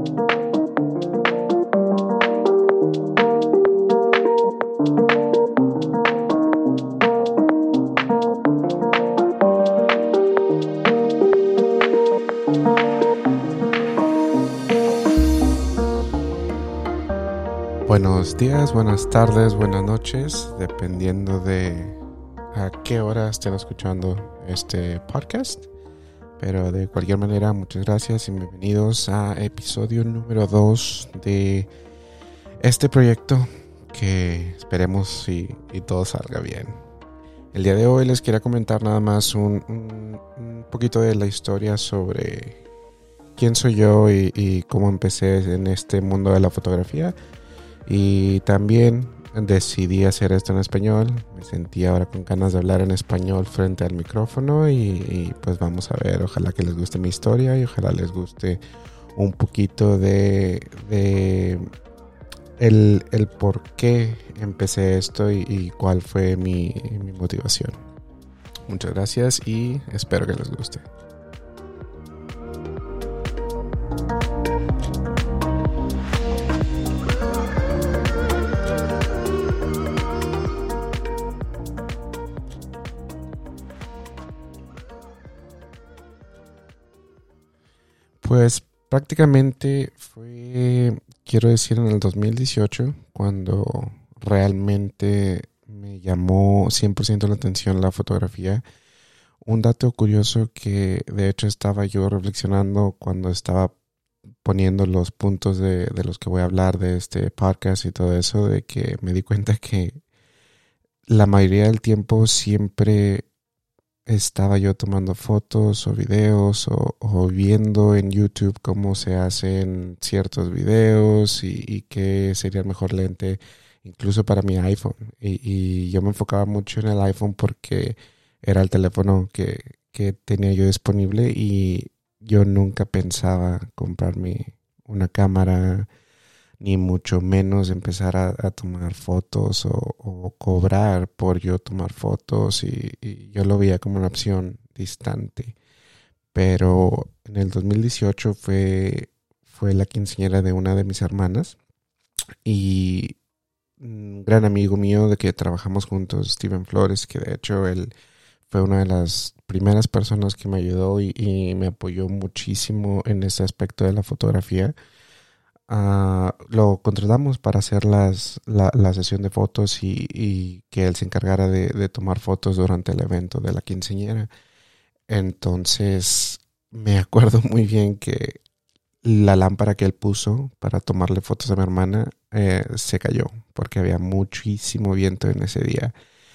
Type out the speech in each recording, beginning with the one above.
Buenos días, buenas tardes, buenas noches, dependiendo de a qué hora estén escuchando este podcast. Pero de cualquier manera, muchas gracias y bienvenidos a episodio número 2 de este proyecto que esperemos y todo salga bien. El día de hoy les quería comentar nada más un poquito de la historia sobre quién soy yo y cómo empecé en este mundo de la fotografía. Y también decidí hacer esto en español. Me sentí ahora con ganas de hablar en español frente al micrófono y pues vamos a ver, ojalá que les guste mi historia y ojalá les guste un poquito de el por qué empecé esto y cuál fue mi motivación. Muchas gracias y espero que les guste. Pues prácticamente fue, quiero decir, en el 2018 cuando realmente me llamó 100% la atención la fotografía. Un dato curioso que de hecho estaba yo reflexionando cuando estaba poniendo los puntos de los que voy a hablar de este podcast y todo eso, de que me di cuenta que la mayoría del tiempo siempre estaba yo tomando fotos o videos o viendo en YouTube cómo se hacen ciertos videos y qué sería el mejor lente incluso para mi iPhone. Y yo me enfocaba mucho en el iPhone porque era el teléfono que tenía yo disponible y yo nunca pensaba comprarme una cámara ni mucho menos empezar a tomar fotos o cobrar por yo tomar fotos y yo lo veía como una opción distante. Pero en el 2018 fue la quinceañera de una de mis hermanas y un gran amigo mío de que trabajamos juntos, Steven Flores, que de hecho él fue una de las primeras personas que me ayudó y me apoyó muchísimo en ese aspecto de la fotografía. Lo contratamos para hacer la sesión de fotos y que él se encargara de tomar fotos durante el evento de la quinceañera. Entonces me acuerdo muy bien que la lámpara que él puso para tomarle fotos a mi hermana se cayó porque había muchísimo viento en ese día.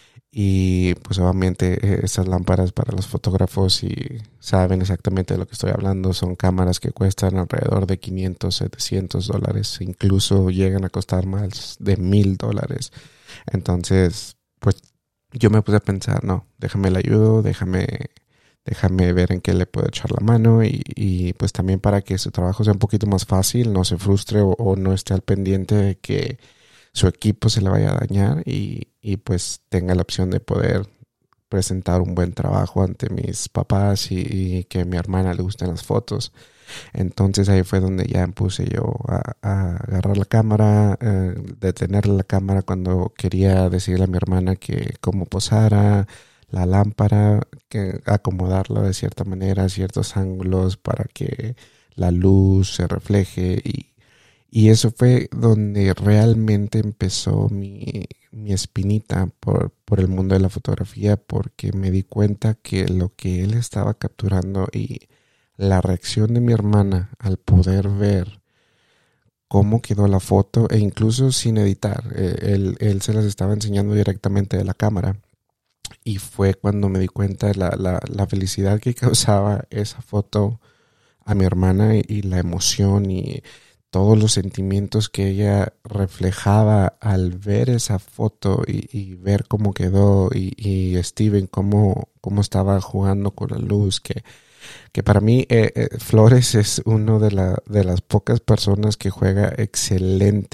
Y pues obviamente esas lámparas para los fotógrafos y saben exactamente de lo que estoy hablando, son cámaras que cuestan alrededor de $500, $700, incluso llegan a costar más de $1,000. Entonces pues yo me puse a pensar, no, déjame le ayudo, déjame ver en qué le puedo echar la mano y pues también para que su trabajo sea un poquito más fácil, no se frustre o no esté al pendiente de que su equipo se le vaya a dañar y pues tenga la opción de poder presentar un buen trabajo ante mis papás y que a mi hermana le gusten las fotos. Entonces ahí fue donde ya puse yo a agarrar la cámara, detener la cámara cuando quería decirle a mi hermana que cómo posara, la lámpara, que acomodarla de cierta manera, ciertos ángulos para que la luz se refleje y eso fue donde realmente empezó mi espinita por el mundo de la fotografía, porque me di cuenta que lo que él estaba capturando y la reacción de mi hermana al poder ver cómo quedó la foto, e incluso sin editar, él se las estaba enseñando directamente de la cámara. Y fue cuando me di cuenta de la felicidad que causaba esa foto a mi hermana y la emoción y todos los sentimientos que ella reflejaba al ver esa foto y ver cómo quedó y Steven cómo estaba jugando con la luz, que para mí Flores es uno de las pocas personas que juega excelente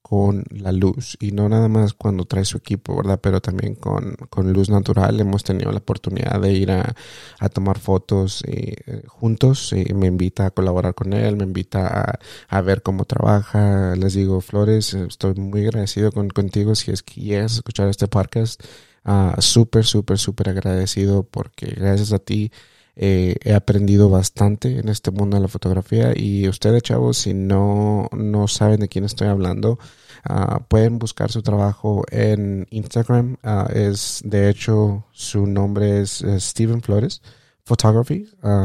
con la luz, y no nada más cuando trae su equipo, ¿verdad? Pero también con luz natural. Hemos tenido la oportunidad de ir a tomar fotos juntos, y me invita a colaborar con él, me invita a ver cómo trabaja. Les digo, Flores, estoy muy agradecido contigo si es que llegas a escuchar este podcast. Súper, súper, súper agradecido, porque gracias a ti he aprendido bastante en este mundo de la fotografía. Y ustedes, chavos, si no saben de quién estoy hablando, pueden buscar su trabajo en Instagram. De hecho, su nombre es Steven Flores Photography,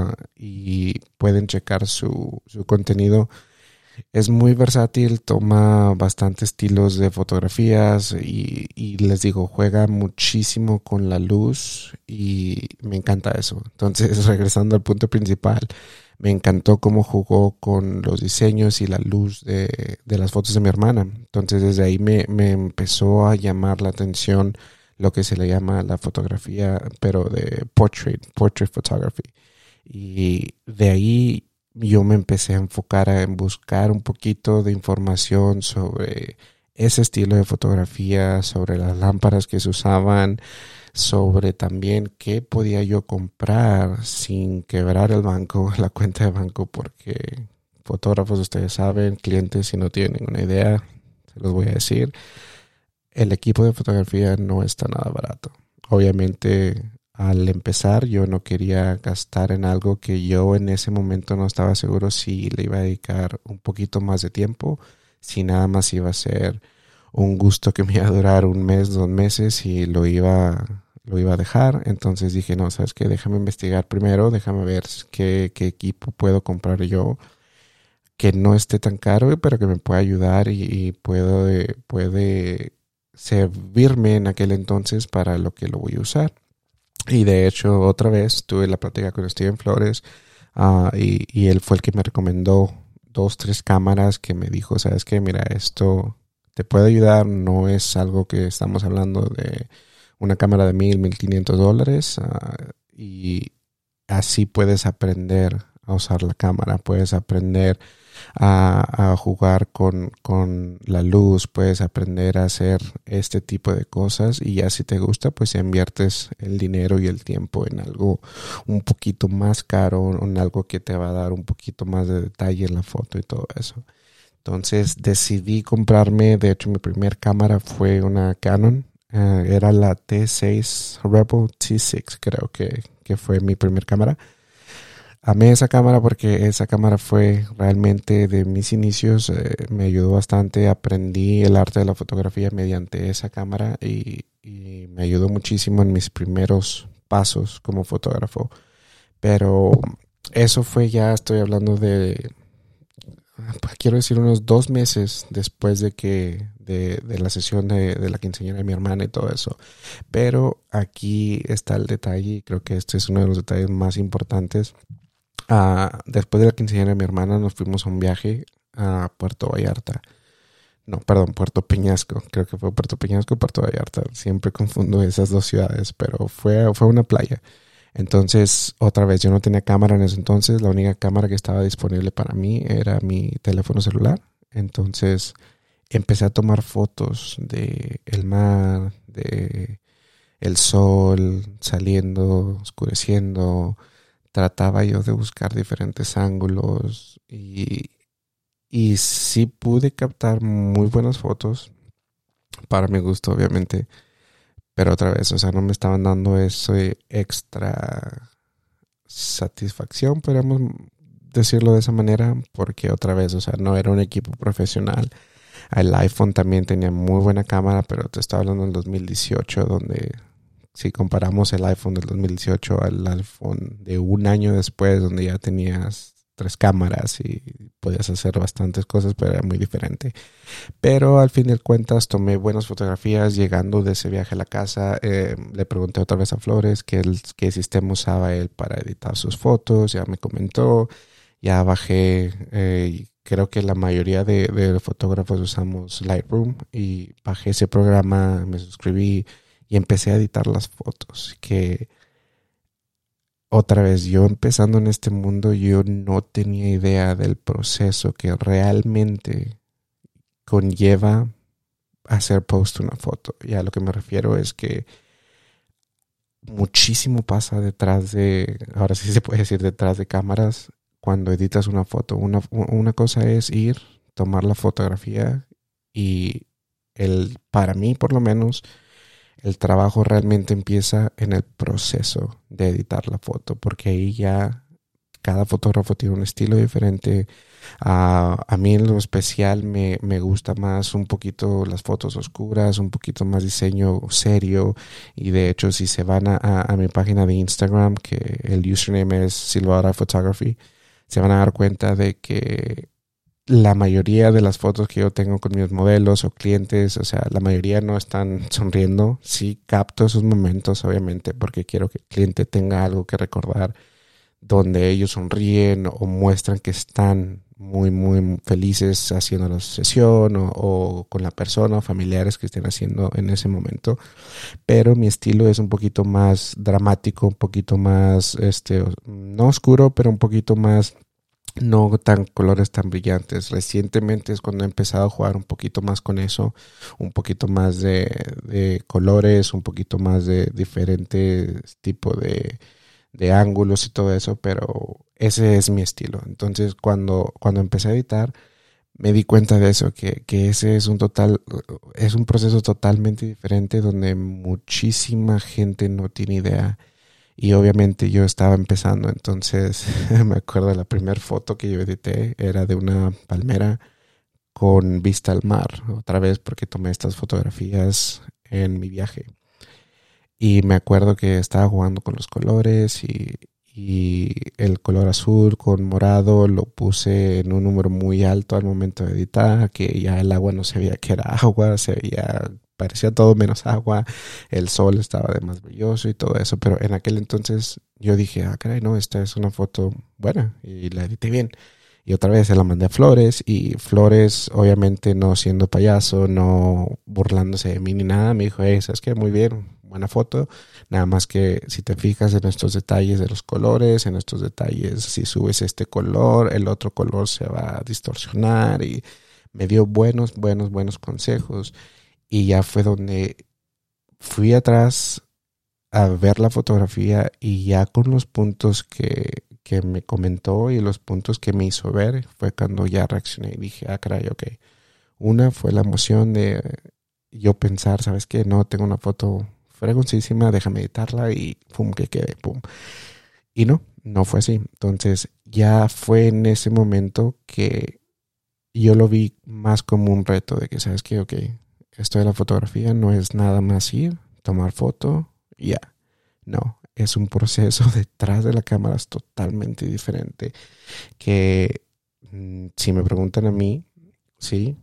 y pueden checar su contenido. Es muy versátil, toma bastantes estilos de fotografías, y les digo, juega muchísimo con la luz y me encanta eso. Entonces, regresando al punto principal, me encantó cómo jugó con los diseños y la luz de las fotos de mi hermana. Entonces, desde ahí me empezó a llamar la atención lo que se le llama la fotografía, pero de portrait photography. Y de ahí yo me empecé a enfocar en buscar un poquito de información sobre ese estilo de fotografía, sobre las lámparas que se usaban, sobre también qué podía yo comprar sin quebrar el banco, la cuenta de banco, porque fotógrafos, ustedes saben, clientes, si no tienen ninguna idea, se los voy a decir, el equipo de fotografía no está nada barato. Obviamente, al empezar, yo no quería gastar en algo que yo en ese momento no estaba seguro si le iba a dedicar un poquito más de tiempo, si nada más iba a ser un gusto que me iba a durar un mes, 2 meses, y lo iba a dejar. Entonces dije, no, ¿sabes qué? Déjame investigar primero, déjame ver qué equipo puedo comprar yo que no esté tan caro, pero que me pueda ayudar y puede servirme en aquel entonces para lo que lo voy a usar. Y de hecho, otra vez tuve la plática con Steven Flores, y él fue el que me recomendó 2, 3 cámaras, que me dijo, ¿sabes qué? Mira, esto te puede ayudar, no es algo que estamos hablando de una cámara de $1,000, $1,500, y así puedes aprender a usar la cámara, puedes aprender a jugar con la luz, puedes aprender a hacer este tipo de cosas, y ya si te gusta, pues inviertes el dinero y el tiempo en algo un poquito más caro, en algo que te va a dar un poquito más de detalle en la foto y todo eso. Entonces decidí comprarme, de hecho mi primer cámara fue una Canon, era la T6 Rebel T6, creo que fue mi primer cámara. Amé esa cámara porque esa cámara fue realmente de mis inicios, me ayudó bastante, aprendí el arte de la fotografía mediante esa cámara, y me ayudó muchísimo en mis primeros pasos como fotógrafo. Pero eso fue, ya estoy hablando de, quiero decir, unos 2 meses después de la sesión de la quinceañera de mi hermana y todo eso. Pero aquí está el detalle, y creo que este es uno de los detalles más importantes. Después de la quinceañera de mi hermana nos fuimos a un viaje a Puerto Vallarta. No, perdón, Puerto Peñasco. Creo que fue Puerto Peñasco y Puerto Vallarta. Siempre confundo esas dos ciudades, pero fue una playa. Entonces, otra vez, yo no tenía cámara en ese entonces. La única cámara que estaba disponible para mí era mi teléfono celular. Entonces, empecé a tomar fotos de el mar, de el sol saliendo, oscureciendo. Trataba yo de buscar diferentes ángulos, y sí pude captar muy buenas fotos, para mi gusto, obviamente. Pero otra vez, o sea, no me estaban dando ese extra satisfacción, podríamos decirlo de esa manera, porque otra vez, o sea, no era un equipo profesional. El iPhone también tenía muy buena cámara, pero te estaba hablando del 2018, donde si comparamos el iPhone del 2018 al iPhone de un año después, donde ya tenías 3 cámaras y podías hacer bastantes cosas, pero era muy diferente. Pero al fin de cuentas tomé buenas fotografías. Llegando de ese viaje a la casa, le pregunté otra vez a Flores qué sistema usaba él para editar sus fotos. Ya me comentó, ya bajé, creo que la mayoría de fotógrafos usamos Lightroom, y bajé ese programa, me suscribí y empecé a editar las fotos. Que otra vez, yo empezando en este mundo, yo no tenía idea del proceso que realmente conlleva hacer post una foto. Y a lo que me refiero es que muchísimo pasa detrás de, ahora sí se puede decir detrás de cámaras, cuando editas una foto. Una cosa es ir, tomar la fotografía y para mí por lo menos, el trabajo realmente empieza en el proceso de editar la foto, porque ahí ya cada fotógrafo tiene un estilo diferente. A mí en lo especial me gusta más un poquito las fotos oscuras, un poquito más diseño serio. Y de hecho, si se van a mi página de Instagram, que el username es Silvara Photography, se van a dar cuenta de que la mayoría de las fotos que yo tengo con mis modelos o clientes, o sea, la mayoría no están sonriendo. Sí capto esos momentos, obviamente, porque quiero que el cliente tenga algo que recordar, donde ellos sonríen o muestran que están muy, muy felices haciendo la sesión o con la persona o familiares que estén haciendo en ese momento. Pero mi estilo es un poquito más dramático, un poquito más, no oscuro, pero un poquito más, no tan colores tan brillantes. Recientemente es cuando he empezado a jugar un poquito más con eso, un poquito más de colores, un poquito más de diferentes tipos de ángulos y todo eso, pero ese es mi estilo. Entonces cuando empecé a editar me di cuenta de eso, que ese es un proceso totalmente diferente donde muchísima gente no tiene idea. Y obviamente yo estaba empezando, entonces me acuerdo de la primera foto que yo edité era de una palmera con vista al mar, otra vez porque tomé estas fotografías en mi viaje. Y me acuerdo que estaba jugando con los colores y el color azul con morado lo puse en un número muy alto al momento de editar, que ya el agua no se veía que era agua, parecía todo menos agua, el sol estaba de más brilloso y todo eso, pero en aquel entonces yo dije, caray, no, esta es una foto buena y la edité bien. Y otra vez se la mandé a Flores y Flores, obviamente no siendo payaso, no burlándose de mí ni nada, me dijo, ¿sabes qué? Muy bien, buena foto. Nada más que si te fijas en estos detalles de los colores, en estos detalles, si subes este color, el otro color se va a distorsionar. Y me dio buenos consejos. Y ya fue donde fui atrás a ver la fotografía y ya con los puntos que me comentó y los puntos que me hizo ver fue cuando ya reaccioné y dije, caray, ok. Una fue la emoción de yo pensar, ¿sabes qué? No, tengo una foto fregoncísima, déjame editarla y pum, que quede, pum. Y no fue así. Entonces ya fue en ese momento que yo lo vi más como un reto de que, ¿sabes qué? Ok, esto de la fotografía no es nada más ir, tomar foto y ya. No, es un proceso detrás de la cámara es totalmente diferente. Que si me preguntan a mí, sí,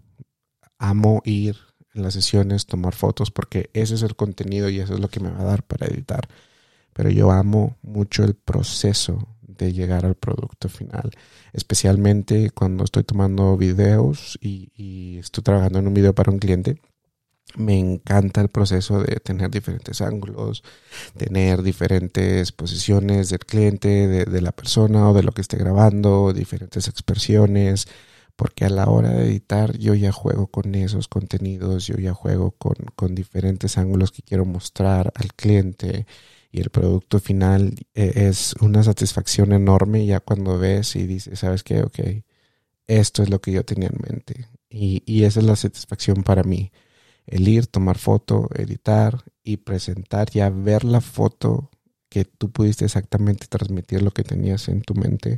amo ir en las sesiones, tomar fotos, porque ese es el contenido y eso es lo que me va a dar para editar. Pero yo amo mucho el proceso de llegar al producto final, especialmente cuando estoy tomando videos y estoy trabajando en un video para un cliente. Me encanta el proceso de tener diferentes ángulos, tener diferentes posiciones del cliente, de la persona o de lo que esté grabando, diferentes expresiones, porque a la hora de editar yo ya juego con esos contenidos, yo ya juego con diferentes ángulos que quiero mostrar al cliente y el producto final es una satisfacción enorme ya cuando ves y dices, ¿sabes qué? Ok, esto es lo que yo tenía en mente y esa es la satisfacción para mí. El ir, tomar foto, editar y presentar, ya ver la foto que tú pudiste exactamente transmitir lo que tenías en tu mente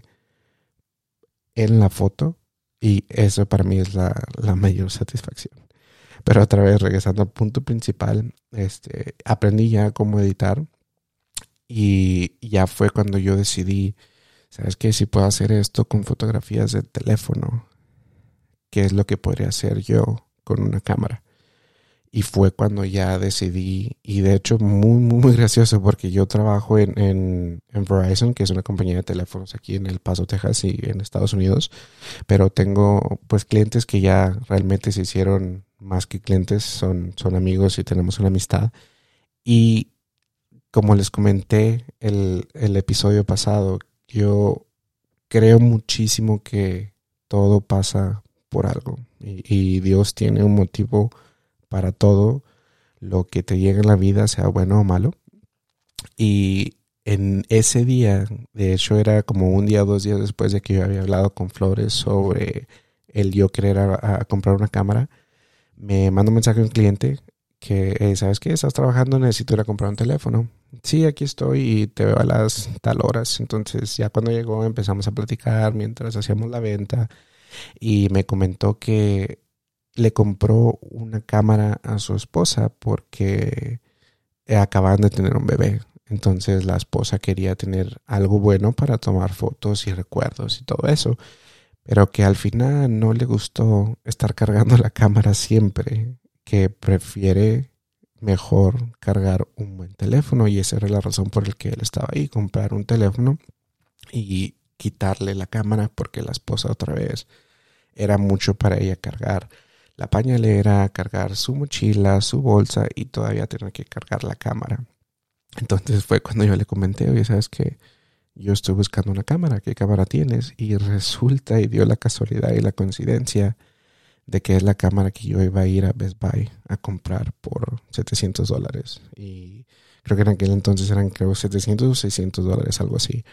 en la foto. Y eso para mí es la mayor satisfacción. Pero otra vez, regresando al punto principal, aprendí ya cómo editar. Y ya fue cuando yo decidí, ¿sabes qué? Si puedo hacer esto con fotografías de teléfono, ¿qué es lo que podría hacer yo con una cámara? Y fue cuando ya decidí, y de hecho muy gracioso porque yo trabajo en Verizon, que es una compañía de teléfonos aquí en El Paso, Texas y en Estados Unidos, pero tengo pues clientes que ya realmente se hicieron más que clientes, son amigos y tenemos una amistad. Y como les comenté el episodio pasado, yo creo muchísimo que todo pasa por algo y Dios tiene un motivo para todo lo que te llega en la vida, sea bueno o malo. Y en ese día, de hecho era como un día o 2 días después de que yo había hablado con Flores sobre el yo querer a comprar una cámara, me manda un mensaje a un cliente que, ¿sabes qué? ¿Estás trabajando? Necesito ir a comprar un teléfono. Sí, aquí estoy y te veo a las tal horas. Entonces ya cuando llegó empezamos a platicar mientras hacíamos la venta y me comentó que le compró una cámara a su esposa porque acaban de tener un bebé. Entonces la esposa quería tener algo bueno para tomar fotos y recuerdos y todo eso. Pero que al final no le gustó estar cargando la cámara siempre, que prefiere mejor cargar un buen teléfono, y esa era la razón por la que él estaba ahí, comprar un teléfono y quitarle la cámara porque la esposa otra vez era mucho para ella cargar la pañalera, cargar su mochila, su bolsa y todavía tener que cargar la cámara. Entonces fue cuando yo le comenté, oye, ¿sabes qué? Yo estoy buscando una cámara, ¿qué cámara tienes? Y resulta y dio la casualidad y la coincidencia de que es la cámara que yo iba a ir a Best Buy a comprar por $700. Y creo que en aquel entonces eran creo 700 o $600, algo así.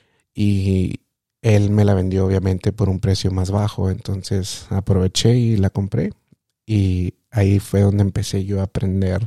Y él me la vendió obviamente por un precio más bajo, entonces aproveché y la compré. Y ahí fue donde empecé yo a aprender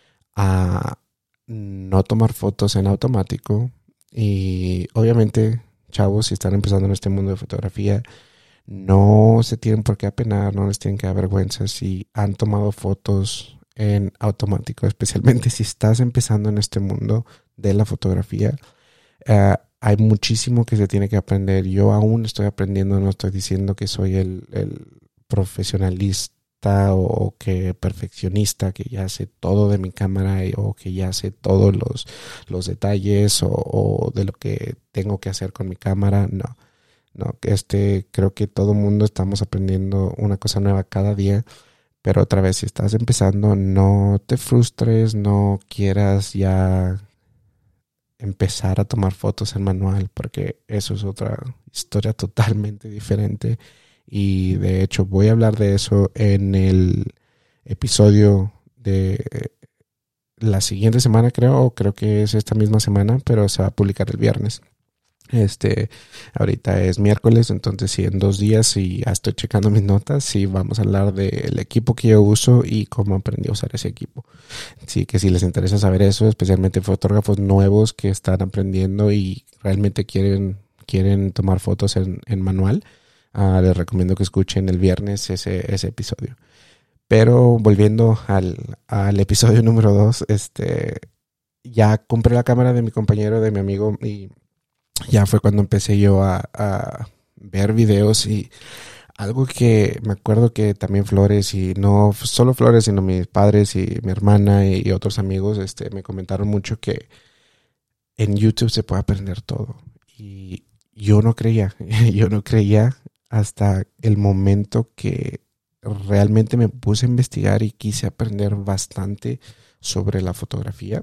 a no tomar fotos en automático. Y obviamente, chavos, si están empezando en este mundo de fotografía, no se tienen por qué apenar, no les tienen que dar vergüenza si han tomado fotos en automático, especialmente si estás empezando en este mundo de la fotografía. Hay muchísimo que se tiene que aprender. Yo aún estoy aprendiendo, no estoy diciendo que soy el profesionalista o que perfeccionista, que ya sé todo de mi cámara o que ya sé todos los detalles o de lo que tengo que hacer con mi cámara. No, creo que todo mundo estamos aprendiendo una cosa nueva cada día, pero otra vez, si estás empezando, no te frustres, no quieras ya empezar a tomar fotos en manual, porque eso es otra historia totalmente diferente. Y de hecho voy a hablar de eso en el episodio de la siguiente semana, creo que es esta misma semana, pero se va a publicar el viernes. Ahorita es miércoles, entonces sí, en 2 días, y ya estoy checando mis notas, sí vamos a hablar del equipo que yo uso y cómo aprendí a usar ese equipo. Sí, que si les interesa saber eso, especialmente fotógrafos nuevos que están aprendiendo y realmente quieren tomar fotos en manual, les recomiendo que escuchen el viernes ese episodio. Pero volviendo al episodio número 2, ya compré la cámara de mi compañero, de mi amigo, y ya fue cuando empecé yo a ver videos. Y algo que me acuerdo que también Flores, y no solo Flores, sino mis padres y mi hermana y otros amigos, me comentaron mucho que en YouTube se puede aprender todo. Y yo no creía, yo no creía hasta el momento que realmente me puse a investigar y quise aprender bastante sobre la fotografía,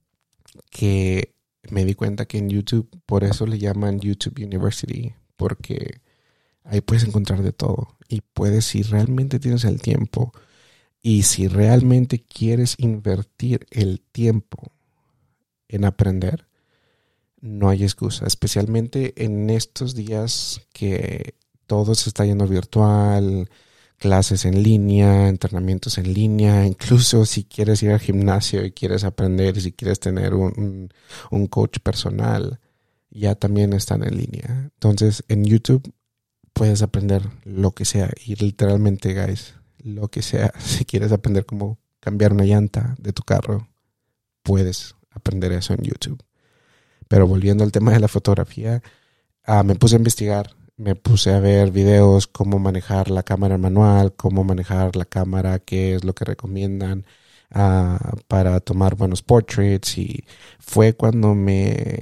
que me di cuenta que en YouTube, por eso le llaman YouTube University, porque ahí puedes encontrar de todo y puedes, si realmente tienes el tiempo y si realmente quieres invertir el tiempo en aprender, no hay excusa, especialmente en estos días que todo se está yendo virtual, clases en línea, entrenamientos en línea, incluso si quieres ir al gimnasio y quieres aprender, y si quieres tener un coach personal, ya también están en línea. Entonces en YouTube puedes aprender lo que sea, y literalmente, guys, lo que sea. Si quieres aprender cómo cambiar una llanta de tu carro, puedes aprender eso en YouTube. Pero volviendo al tema de la fotografía, me puse a investigar, me puse a ver videos, cómo manejar la cámara manual, cómo manejar la cámara, qué es lo que recomiendan para tomar buenos portraits. Y fue cuando me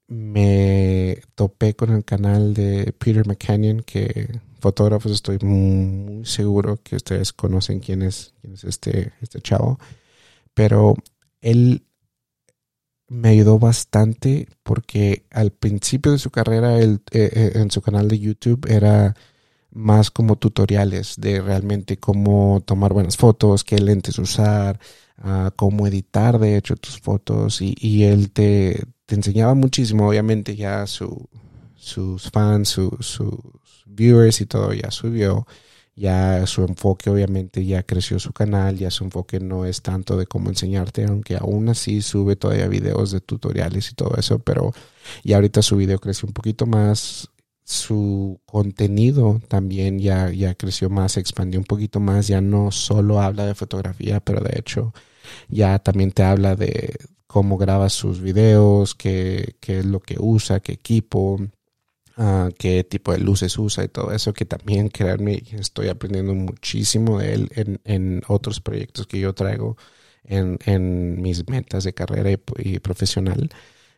topé con el canal de Peter McCanyon, que fotógrafos estoy muy seguro que ustedes conocen quién es este chavo, pero él me ayudó bastante porque al principio de su carrera, él, en su canal de YouTube, era más como tutoriales de realmente cómo tomar buenas fotos, qué lentes usar, cómo editar de hecho tus fotos y él te enseñaba muchísimo. Obviamente ya sus fans, sus viewers y todo ya subió. Ya su enfoque obviamente ya creció su canal, ya su enfoque no es tanto de cómo enseñarte, aunque aún así sube todavía videos de tutoriales y todo eso, pero ya ahorita su video creció un poquito más, su contenido también ya creció más, se expandió un poquito más, ya no solo habla de fotografía, pero de hecho ya también te habla de cómo graba sus videos, qué es lo que usa, qué equipo, qué tipo de luces usa y todo eso, que también, créanme, estoy aprendiendo muchísimo de él en otros proyectos que yo traigo en mis metas de carrera y profesional.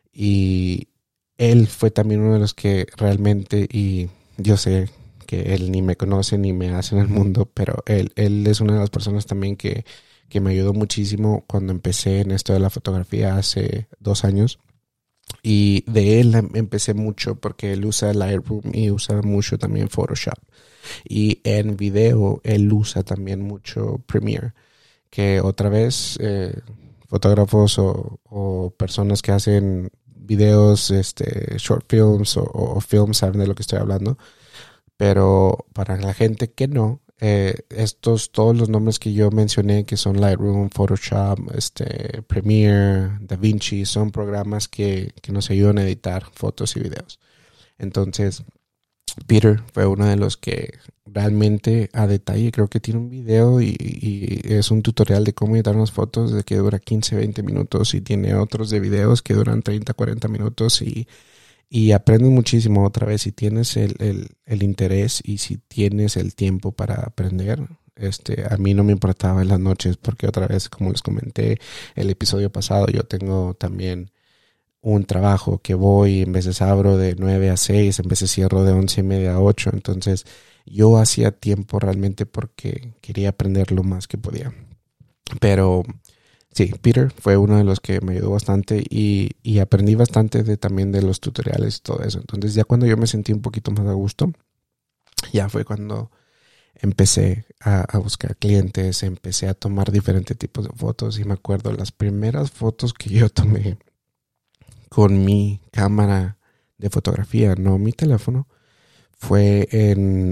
Y él fue también uno de los que realmente, y yo sé que él ni me conoce ni me hace en el mundo, pero él es una de las personas también que me ayudó muchísimo cuando empecé en esto de la fotografía hace 2 años. Y de él empecé mucho porque él usa Lightroom y usa mucho también Photoshop. Y en video él usa también mucho Premiere, que otra vez fotógrafos o personas que hacen videos, short films o films saben de lo que estoy hablando. Pero para la gente que no, todos los nombres que yo mencioné, que son Lightroom, Photoshop, Premiere, DaVinci, son programas que nos ayudan a editar fotos y videos. Entonces, Peter fue uno de los que realmente a detalle, creo que tiene un video y es un tutorial de cómo editar unas fotos de que dura 15, 20 minutos y tiene otros de videos que duran 30, 40 minutos y aprendes muchísimo otra vez si tienes el interés y si tienes el tiempo para aprender. A mí no me importaba en las noches porque otra vez, como les comenté el episodio pasado, yo tengo también un trabajo que voy, en veces abro de 9 a 6, en veces cierro de 11:30 a 8. Entonces yo hacía tiempo realmente porque quería aprender lo más que podía. Pero sí, Peter fue uno de los que me ayudó bastante y aprendí bastante también de los tutoriales y todo eso. Entonces ya cuando yo me sentí un poquito más a gusto, ya fue cuando empecé a buscar clientes, empecé a tomar diferentes tipos de fotos y me acuerdo las primeras fotos que yo tomé con mi cámara de fotografía, no mi teléfono, fue en...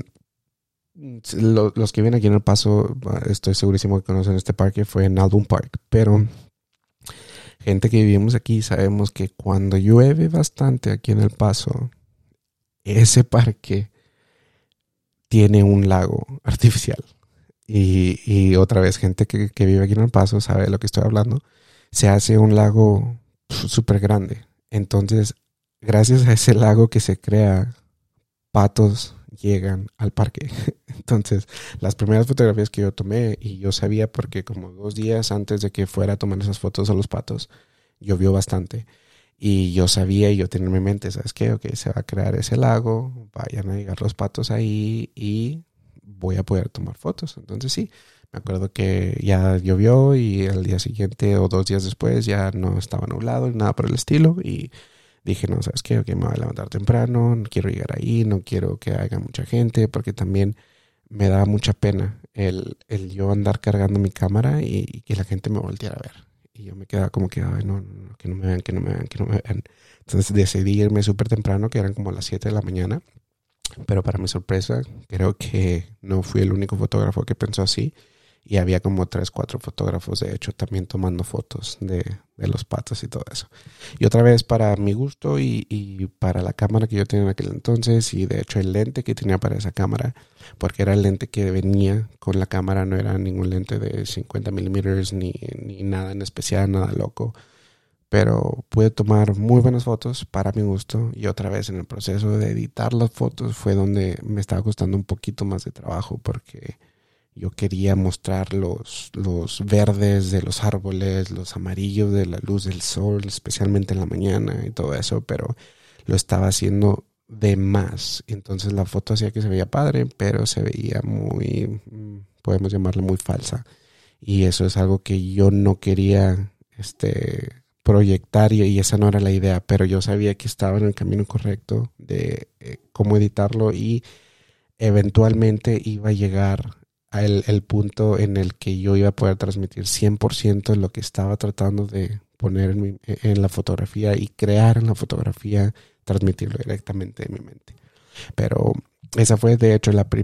Los que vienen aquí en El Paso, estoy segurísimo que conocen este parque, fue en Album Park, pero gente que vivimos aquí sabemos que cuando llueve bastante aquí en El Paso, ese parque tiene un lago artificial. Y otra vez, gente que vive aquí en El Paso sabe de lo que estoy hablando, se hace un lago súper grande. Entonces, gracias a ese lago que se crea, patos llegan al parque. Entonces, las primeras fotografías que yo tomé, y yo sabía porque como 2 días antes de que fuera a tomar esas fotos a los patos, llovió bastante. Y yo sabía y yo tenía en mi mente, ¿sabes qué? Ok, se va a crear ese lago, vayan a llegar los patos ahí y voy a poder tomar fotos. Entonces sí, me acuerdo que ya llovió y al día siguiente o 2 días después ya no estaba nublado ni nada por el estilo y dije, no, ¿sabes qué? Ok, me voy a levantar temprano, no quiero llegar ahí, no quiero que haya mucha gente, porque también me da mucha pena el yo andar cargando mi cámara y que la gente me volteara a ver. Y yo me quedaba como que, ay, no, que no me vean, que no me vean, que no me vean. Entonces decidí irme súper temprano, que eran como las 7 de la mañana. Pero para mi sorpresa, creo que no fui el único fotógrafo que pensó así. Y había como 3, 4 fotógrafos, de hecho, también tomando fotos de los patos y todo eso. Y otra vez, para mi gusto y para la cámara que yo tenía en aquel entonces, y de hecho el lente que tenía para esa cámara, porque era el lente que venía con la cámara, no era ningún lente de 50 milímetros ni nada en especial, nada loco. Pero pude tomar muy buenas fotos para mi gusto. Y otra vez en el proceso de editar las fotos fue donde me estaba costando un poquito más de trabajo porque yo quería mostrar los verdes de los árboles, los amarillos de la luz del sol, especialmente en la mañana y todo eso, pero lo estaba haciendo de más. Entonces la foto hacía que se veía padre, pero se veía muy, podemos llamarla muy falsa. Y eso es algo que yo no quería proyectar y esa no era la idea, pero yo sabía que estaba en el camino correcto de cómo editarlo y eventualmente iba a llegar el punto en el que yo iba a poder transmitir 100% lo que estaba tratando de poner en la fotografía y crear en la fotografía, transmitirlo directamente de mi mente. Pero esa fue de hecho la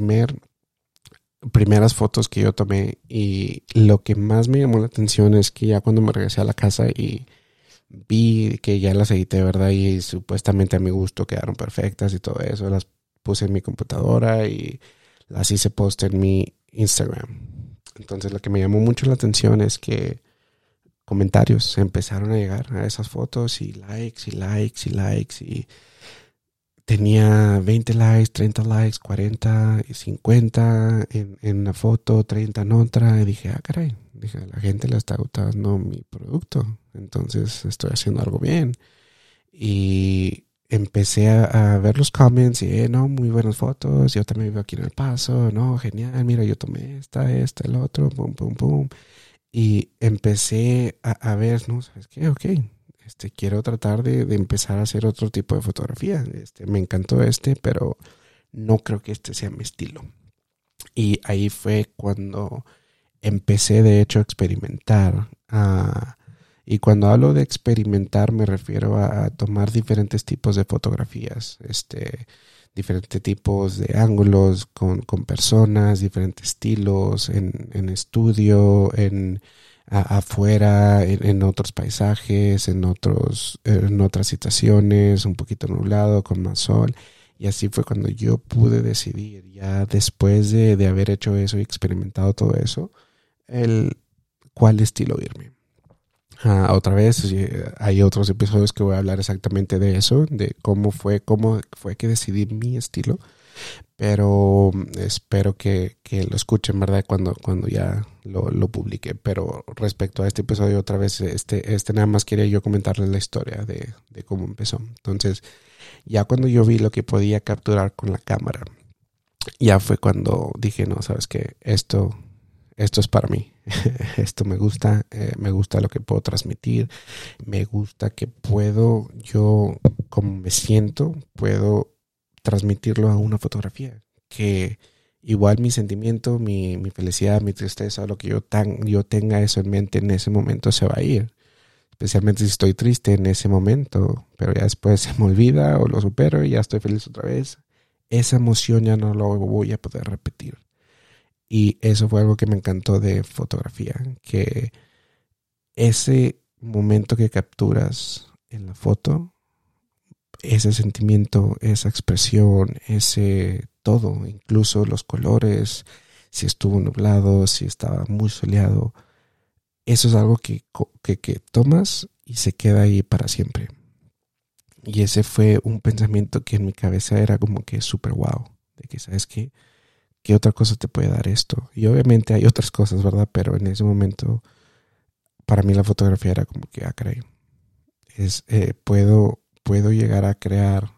primeras fotos que yo tomé, y lo que más me llamó la atención es que ya cuando me regresé a la casa y vi que ya las edité, ¿verdad? Y supuestamente a mi gusto quedaron perfectas y todo eso, las puse en mi computadora y las hice post en mi Instagram. Entonces lo que me llamó mucho la atención es que comentarios empezaron a llegar a esas fotos, y likes y likes y likes, y tenía 20 likes, 30 likes, 40 y 50 en una foto, 30 en otra. Y dije, caray, dije, a la gente le está gustando mi producto, entonces estoy haciendo algo bien. Y empecé a ver los comments y, no, muy buenas fotos, yo también vivo aquí en El Paso, no, genial, mira, yo tomé el otro, pum, pum, pum. Y empecé a ver, ¿no? ¿Sabes qué? Ok, quiero tratar de empezar a hacer otro tipo de fotografía. Me encantó pero no creo que este sea mi estilo. Y ahí fue cuando empecé, de hecho, a experimentar. Y cuando hablo de experimentar me refiero a tomar diferentes tipos de fotografías, diferentes tipos de ángulos con personas, diferentes estilos en estudio, afuera, en otros paisajes, en otras situaciones, un poquito nublado, con más sol. Y así fue cuando yo pude decidir, ya después de haber hecho eso y experimentado todo eso, cuál estilo irme. Otra vez, hay otros episodios que voy a hablar exactamente de eso, de cómo fue que decidí mi estilo, pero espero que lo escuchen, ¿verdad? Cuando ya lo publique. Pero respecto a este episodio, otra vez, nada más quería yo comentarles la historia de cómo empezó. Entonces, ya cuando yo vi lo que podía capturar con la cámara, ya fue cuando dije, no, sabes qué, esto es para mí. Esto me gusta lo que puedo transmitir, me gusta que puedo, yo como me siento, puedo transmitirlo a una fotografía, que igual mi sentimiento, mi felicidad, mi tristeza, lo que yo tenga eso en mente en ese momento se va a ir, especialmente si estoy triste en ese momento, pero ya después se me olvida o lo supero y ya estoy feliz otra vez. Esa emoción ya no lo voy a poder repetir. Y eso fue algo que me encantó de fotografía, que ese momento que capturas en la foto, ese sentimiento, esa expresión, ese todo, incluso los colores, si estuvo nublado, si estaba muy soleado, eso es algo que tomas y se queda ahí para siempre. Y ese fue un pensamiento que en mi cabeza era como que súper wow, de que, ¿sabes qué? ¿Qué otra cosa te puede dar esto? Y obviamente hay otras cosas, ¿verdad? Pero en ese momento, para mí la fotografía era como que, caray, puedo llegar a crear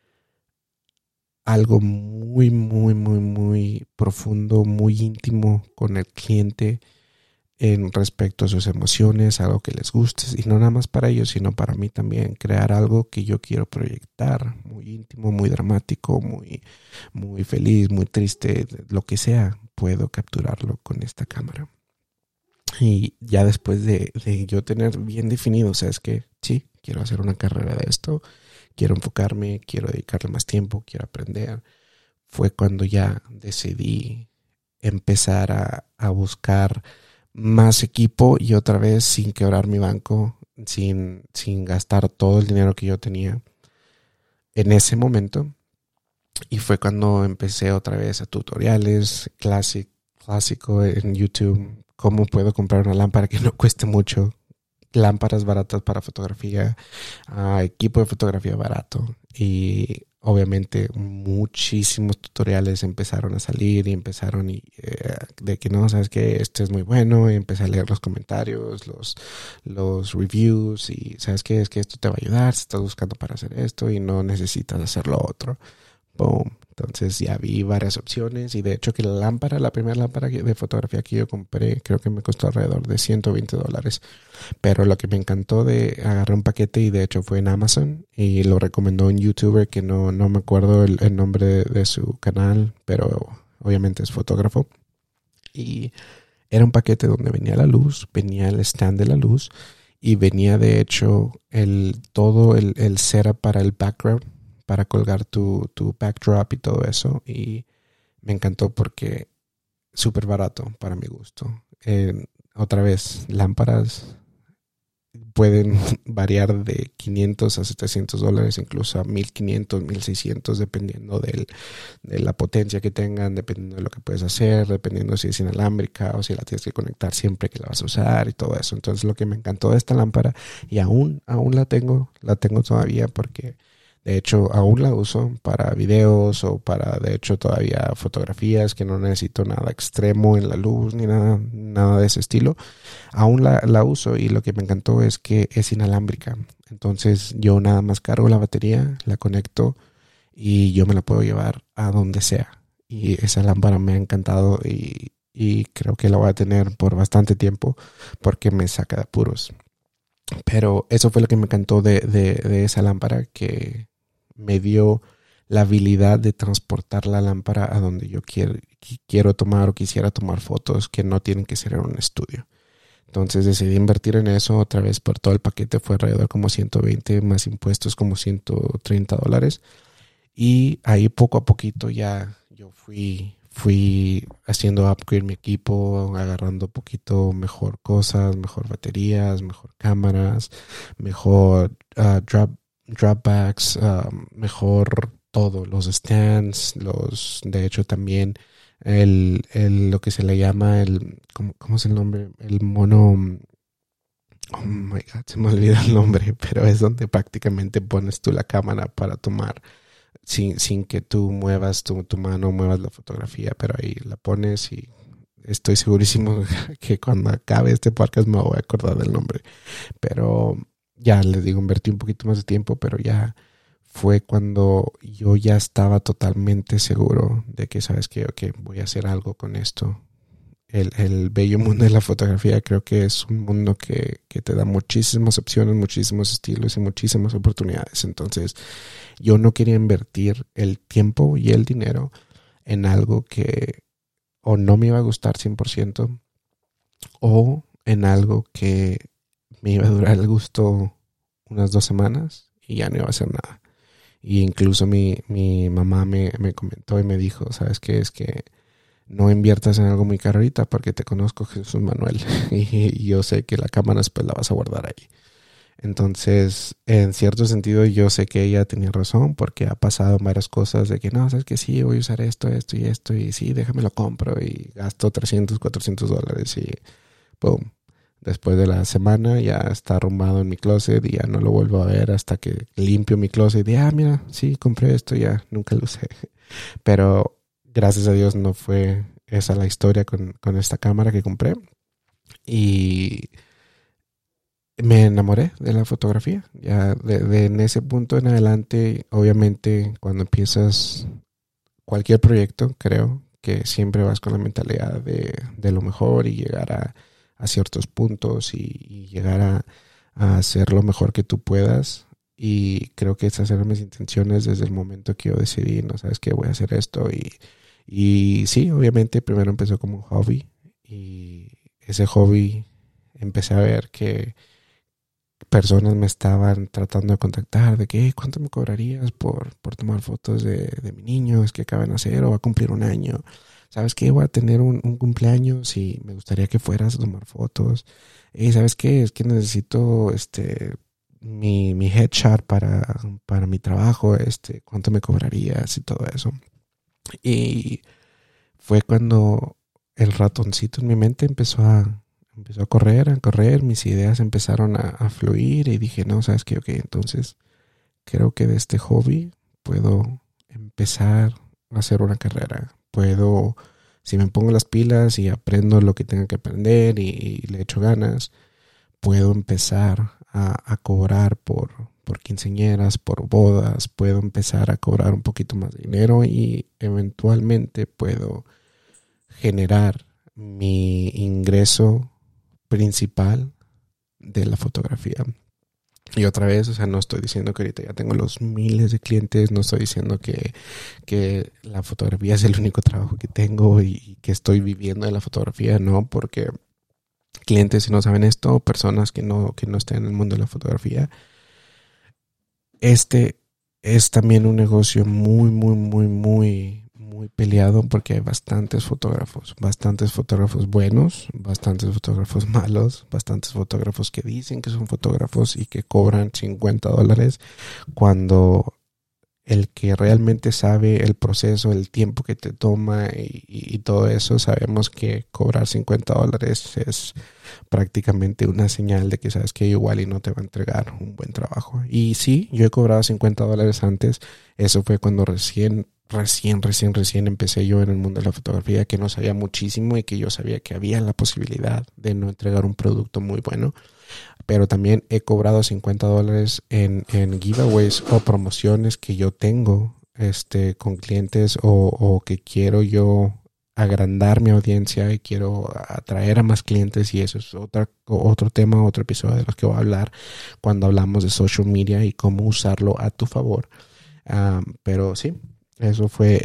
algo muy, muy, muy, muy profundo, muy íntimo con el cliente en respecto a sus emociones, algo que les guste, y no nada más para ellos, sino para mí también, crear algo que yo quiero proyectar, muy íntimo, muy dramático, muy, muy feliz, muy triste, lo que sea, puedo capturarlo con esta cámara. Y ya después de yo tener bien definido, o sea, es que sí, quiero hacer una carrera de esto, quiero enfocarme, quiero dedicarle más tiempo, quiero aprender, fue cuando ya decidí empezar a buscar más equipo, y otra vez sin quebrar mi banco, sin gastar todo el dinero que yo tenía en ese momento. Y fue cuando empecé otra vez a tutoriales clásico en YouTube, cómo puedo comprar una lámpara que no cueste mucho, lámparas baratas para fotografía, equipo de fotografía barato. Y obviamente muchísimos tutoriales empezaron a salir y empezaron de que no, sabes que este es muy bueno, y empecé a leer los comentarios, los reviews, y sabes que es que esto te va a ayudar si estás buscando para hacer esto y no necesitas hacer lo otro. Boom. Entonces ya vi varias opciones y de hecho que la primera lámpara de fotografía que yo compré, creo que me costó alrededor de $120. Pero lo que me encantó de agarré un paquete y de hecho fue en Amazon y lo recomendó un YouTuber que no me acuerdo el nombre de su canal, pero obviamente es fotógrafo. Y era un paquete donde venía la luz, venía el stand de la luz y venía de hecho todo el setup para el background, para colgar tu backdrop y todo eso. Y me encantó porque súper barato para mi gusto. Otra vez, lámparas pueden variar de $500 a $700, incluso a $1,500, $1,600, dependiendo de la potencia que tengan, dependiendo de lo que puedes hacer, dependiendo si es inalámbrica o si la tienes que conectar siempre que la vas a usar y todo eso. Entonces lo que me encantó de esta lámpara, y aún la tengo todavía porque de hecho aún la uso para videos o para de hecho todavía fotografías que no necesito nada extremo en la luz ni nada de ese estilo. Aún la uso y lo que me encantó es que es inalámbrica. Entonces yo nada más cargo la batería, la conecto y yo me la puedo llevar a donde sea. Y esa lámpara me ha encantado y creo que la voy a tener por bastante tiempo porque me saca de apuros. Pero eso fue lo que me encantó de esa lámpara, que me dio la habilidad de transportar la lámpara a donde yo quiero tomar o quisiera tomar fotos que no tienen que ser en un estudio. Entonces decidí invertir en eso otra vez por todo el paquete. Fue alrededor como 120 más impuestos, como $130. Y ahí poco a poquito ya yo fui haciendo upgrade mi equipo, agarrando poquito mejor cosas, mejor baterías, mejor cámaras, mejor dropbacks, mejor todo, los stands, de hecho también lo que se le llama ¿cómo es el nombre? El mono, oh my God, se me olvida el nombre, pero es donde prácticamente pones tú la cámara para tomar sin que tú muevas tu mano, muevas la fotografía, pero ahí la pones y estoy segurísimo que cuando acabe este podcast me voy a acordar del nombre. Pero ya les digo, invertí un poquito más de tiempo, pero ya fue cuando yo ya estaba totalmente seguro de que, sabes qué, ok, voy a hacer algo con esto. El bello mundo de la fotografía creo que es un mundo que te da muchísimas opciones, muchísimos estilos y muchísimas oportunidades. Entonces yo no quería invertir el tiempo y el dinero en algo que o no me iba a gustar 100% o en algo que me iba a durar el gusto unas 2 semanas y ya no iba a hacer nada. Y incluso mi mamá me comentó y me dijo, ¿sabes qué? Es que no inviertas en algo muy caro ahorita porque te conozco, Jesús Manuel, y yo sé que la cámara después la vas a guardar ahí. Entonces, en cierto sentido, yo sé que ella tenía razón porque ha pasado varias cosas de que no, sabes que sí, voy a usar esto y sí, déjame lo compro y gasto $300, $400 y boom. Después de la semana ya está arrumbado en mi closet y ya no lo vuelvo a ver hasta que limpio mi closet y mira, sí, compré esto, ya nunca lo usé. Pero gracias a Dios no fue esa la historia con esta cámara que compré. Y me enamoré de la fotografía. Ya en ese punto en adelante, obviamente, cuando empiezas cualquier proyecto, creo que siempre vas con la mentalidad de lo mejor y llegar a ciertos puntos y llegar a hacer lo mejor que tú puedas. Y creo que esas eran mis intenciones desde el momento que yo decidí, no sabes qué, voy a hacer esto. Y sí, obviamente primero empezó como un hobby y ese hobby empecé a ver que personas me estaban tratando de contactar de que ¿cuánto me cobrarías por tomar fotos de mi niño? Es que acaba de nacer o va a cumplir 1 año. ¿Sabes qué? Voy a tener un cumpleaños y me gustaría que fueras a tomar fotos. Y ¿sabes qué? Es que necesito mi headshot para mi trabajo. ¿Cuánto me cobrarías? Y todo eso. Y fue cuando el ratoncito en mi mente empezó a correr, mis ideas empezaron a fluir y dije, no, ¿sabes qué? Ok, entonces creo que de este hobby puedo empezar a hacer una carrera. Si me pongo las pilas y aprendo lo que tenga que aprender y le echo ganas, puedo empezar a cobrar por quinceañeras, por bodas, puedo empezar a cobrar un poquito más de dinero y eventualmente puedo generar mi ingreso principal de la fotografía. Y otra vez, o sea, no estoy diciendo que ahorita ya tengo los miles de clientes, no estoy diciendo que la fotografía es el único trabajo que tengo y que estoy viviendo de la fotografía, no, porque clientes, si no saben esto, personas que no estén en el mundo de la fotografía, este es también un negocio muy, muy, muy, muy, muy peleado porque hay bastantes fotógrafos buenos, bastantes fotógrafos malos, bastantes fotógrafos que dicen que son fotógrafos y que cobran $50 cuando el que realmente sabe el proceso, el tiempo que te toma y todo eso, sabemos que cobrar $50 es prácticamente una señal de que sabes que igual y no te va a entregar un buen trabajo. Y sí, yo he cobrado $50 antes. Eso fue cuando recién empecé yo en el mundo de la fotografía, que no sabía muchísimo y que yo sabía que había la posibilidad de no entregar un producto muy bueno. Pero también he cobrado $50 en giveaways o promociones que yo tengo con clientes o que quiero yo agrandar mi audiencia y quiero atraer a más clientes, y eso es otro tema, otro episodio de los que voy a hablar cuando hablamos de social media y cómo usarlo a tu favor. Pero sí, eso fue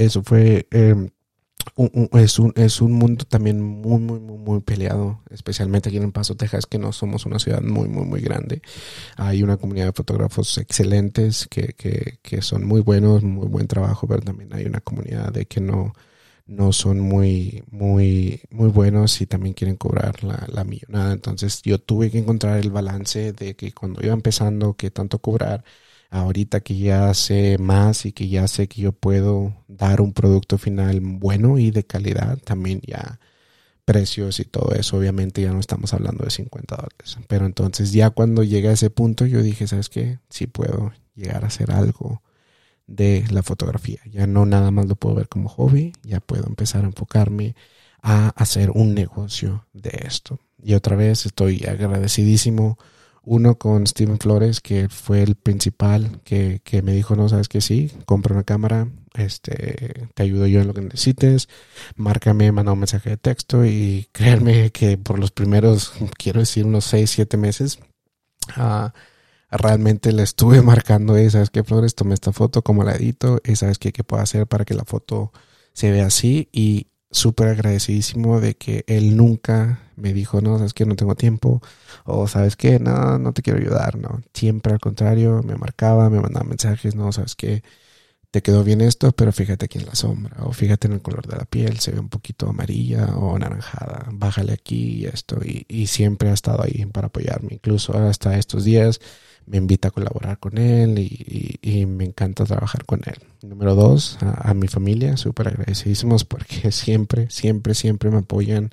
es un mundo también muy, muy, muy, muy peleado, especialmente aquí en El Paso, Texas, que no somos una ciudad muy, muy, muy grande. Hay una comunidad de fotógrafos excelentes que son muy buenos, muy buen trabajo, pero también hay una comunidad de que no son muy, muy, muy buenos y también quieren cobrar la millonada. Entonces yo tuve que encontrar el balance de que cuando iba empezando, qué tanto cobrar. Ahorita que ya sé más y que ya sé que yo puedo dar un producto final bueno y de calidad, también ya precios y todo eso, obviamente ya no estamos hablando de $50. Pero entonces ya cuando llegué a ese punto, yo dije, ¿sabes qué? Sí puedo llegar a hacer algo de la fotografía. Ya no nada más lo puedo ver como hobby, ya puedo empezar a enfocarme a hacer un negocio de esto. Y otra vez estoy agradecidísimo. Uno con Steven Flores, que fue el principal, que me dijo, no, sabes que sí, compra una cámara, te ayudo yo en lo que necesites, márcame, manda un mensaje de texto, y créanme que por los primeros, quiero decir, unos 6-7 meses, realmente le estuve marcando, ¿sabes qué, Flores? Tomé esta foto, ¿cómo la edito? ¿Sabes qué puedo hacer para que la foto se vea así? Y súper agradecidísimo de que él nunca me dijo, no, sabes que no tengo tiempo, o sabes que no te quiero ayudar, no. Siempre al contrario, me marcaba, me mandaba mensajes, no, sabes que te quedó bien esto, pero fíjate aquí en la sombra, o fíjate en el color de la piel, se ve un poquito amarilla o anaranjada, bájale aquí y esto, y siempre ha estado ahí para apoyarme. Incluso hasta estos días me invita a colaborar con él y me encanta trabajar con él. Número 2, a mi familia, súper agradecidísimos porque siempre me apoyan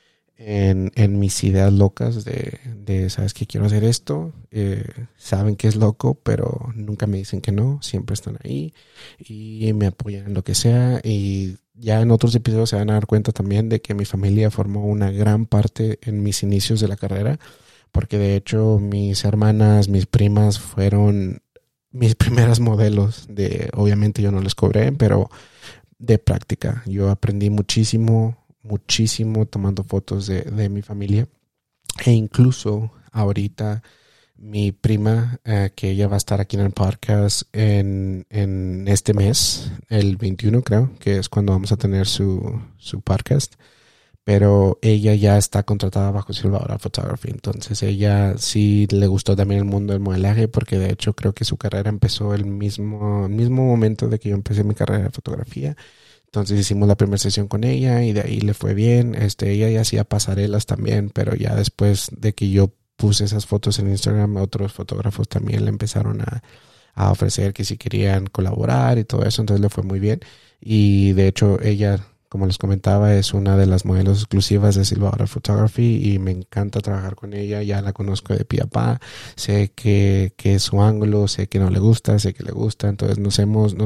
en mis ideas locas de sabes que quiero hacer esto. Saben que es loco, pero nunca me dicen que no, siempre están ahí y me apoyan en lo que sea. Y ya en otros episodios se van a dar cuenta también de que mi familia formó una gran parte en mis inicios de la carrera, porque de hecho mis hermanas, mis primas fueron mis primeras modelos obviamente yo no les cobré, pero de práctica. Yo aprendí muchísimo tomando fotos de mi familia. E incluso ahorita mi prima, que ella va a estar aquí en el podcast en este mes, el 21 creo, que es cuando vamos a tener su podcast. Pero ella ya está contratada bajo Silvadora Photography. Entonces ella sí le gustó también el mundo del modelaje, porque de hecho creo que su carrera empezó el mismo momento de que yo empecé mi carrera de fotografía. Entonces hicimos la primera sesión con ella y de ahí le fue bien. Ella ya hacía pasarelas también, pero ya después de que yo puse esas fotos en Instagram, otros fotógrafos también le empezaron a ofrecer que si querían colaborar y todo eso. Entonces le fue muy bien. Y de hecho ella, como les comentaba, es una de las modelos exclusivas de Silvadora Photography y me encanta trabajar con ella. Ya la conozco de pie a pa. Sé que es su ángulo, sé que no le gusta, sé que le gusta. Entonces nos hemos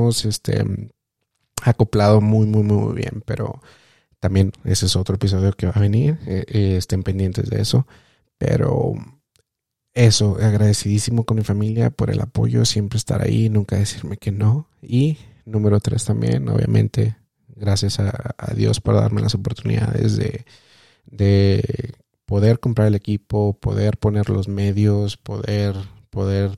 acoplado muy, muy, muy bien. Pero también ese es otro episodio que va a venir. Estén pendientes de eso. Pero eso, agradecidísimo con mi familia por el apoyo, siempre estar ahí, nunca decirme que no. Y número 3 también, obviamente, gracias a Dios por darme las oportunidades de poder comprar el equipo, poder poner los medios, poder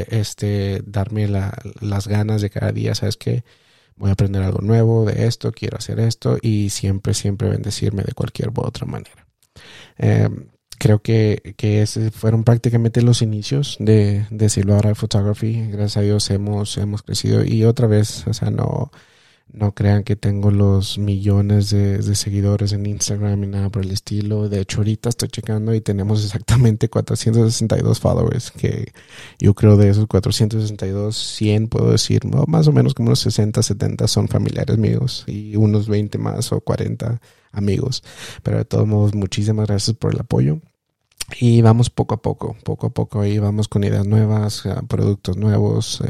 darme las ganas de cada día, ¿sabes qué? Voy a aprender algo nuevo de esto, quiero hacer esto y siempre, siempre bendecirme de cualquier u otra manera. Eh, Creo que esos fueron prácticamente los inicios de Silvara Photography. Gracias a Dios hemos crecido y otra vez, o sea, no crean que tengo los millones de seguidores en Instagram y nada por el estilo. De hecho, ahorita estoy checando y tenemos exactamente 462 followers, que yo creo de esos 462, 100 puedo decir, ¿no? Más o menos como unos 60, 70 son familiares míos y unos 20 más o 40 amigos. Pero de todos modos, muchísimas gracias por el apoyo. Y vamos poco a poco ahí vamos con ideas nuevas, productos nuevos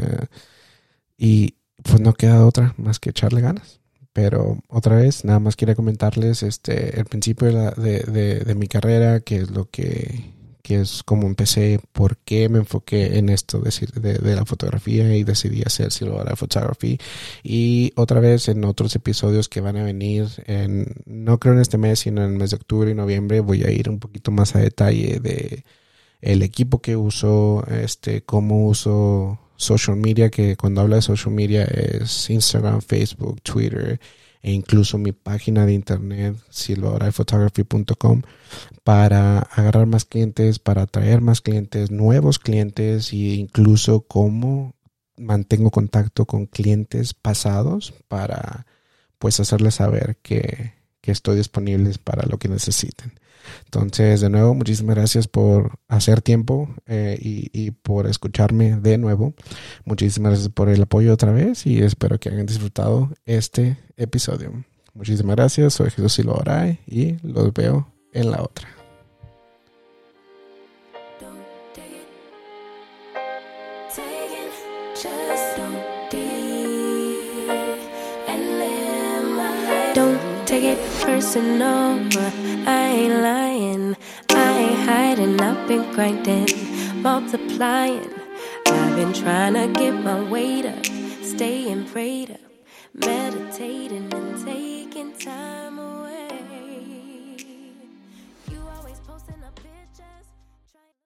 y pues no queda otra más que echarle ganas. Pero otra vez, nada más quería comentarles el principio de mi carrera, que es que es como empecé, por qué me enfoqué en esto de la fotografía y decidí hacer Silvara Photography. Y otra vez en otros episodios que van a venir, no creo en este mes, sino en el mes de octubre y noviembre, voy a ir un poquito más a detalle de el equipo que uso, cómo uso social media, que cuando hablo de social media es Instagram, Facebook, Twitter e incluso mi página de internet silvaorayphotography.com para agarrar más clientes, para atraer más clientes, nuevos clientes e incluso cómo mantengo contacto con clientes pasados para pues hacerles saber que estoy disponible para lo que necesiten. Entonces, de nuevo, muchísimas gracias por hacer tiempo y por escucharme de nuevo. Muchísimas gracias por el apoyo otra vez y espero que hayan disfrutado este episodio. Muchísimas gracias, soy Jesús Silva Oray y los veo en la otra. Don't take it personal, but I ain't lying, I ain't hiding, I've been grinding, multiplying. I've been trying to get my weight up, staying prayed up, meditating and taking time away. You always posting up.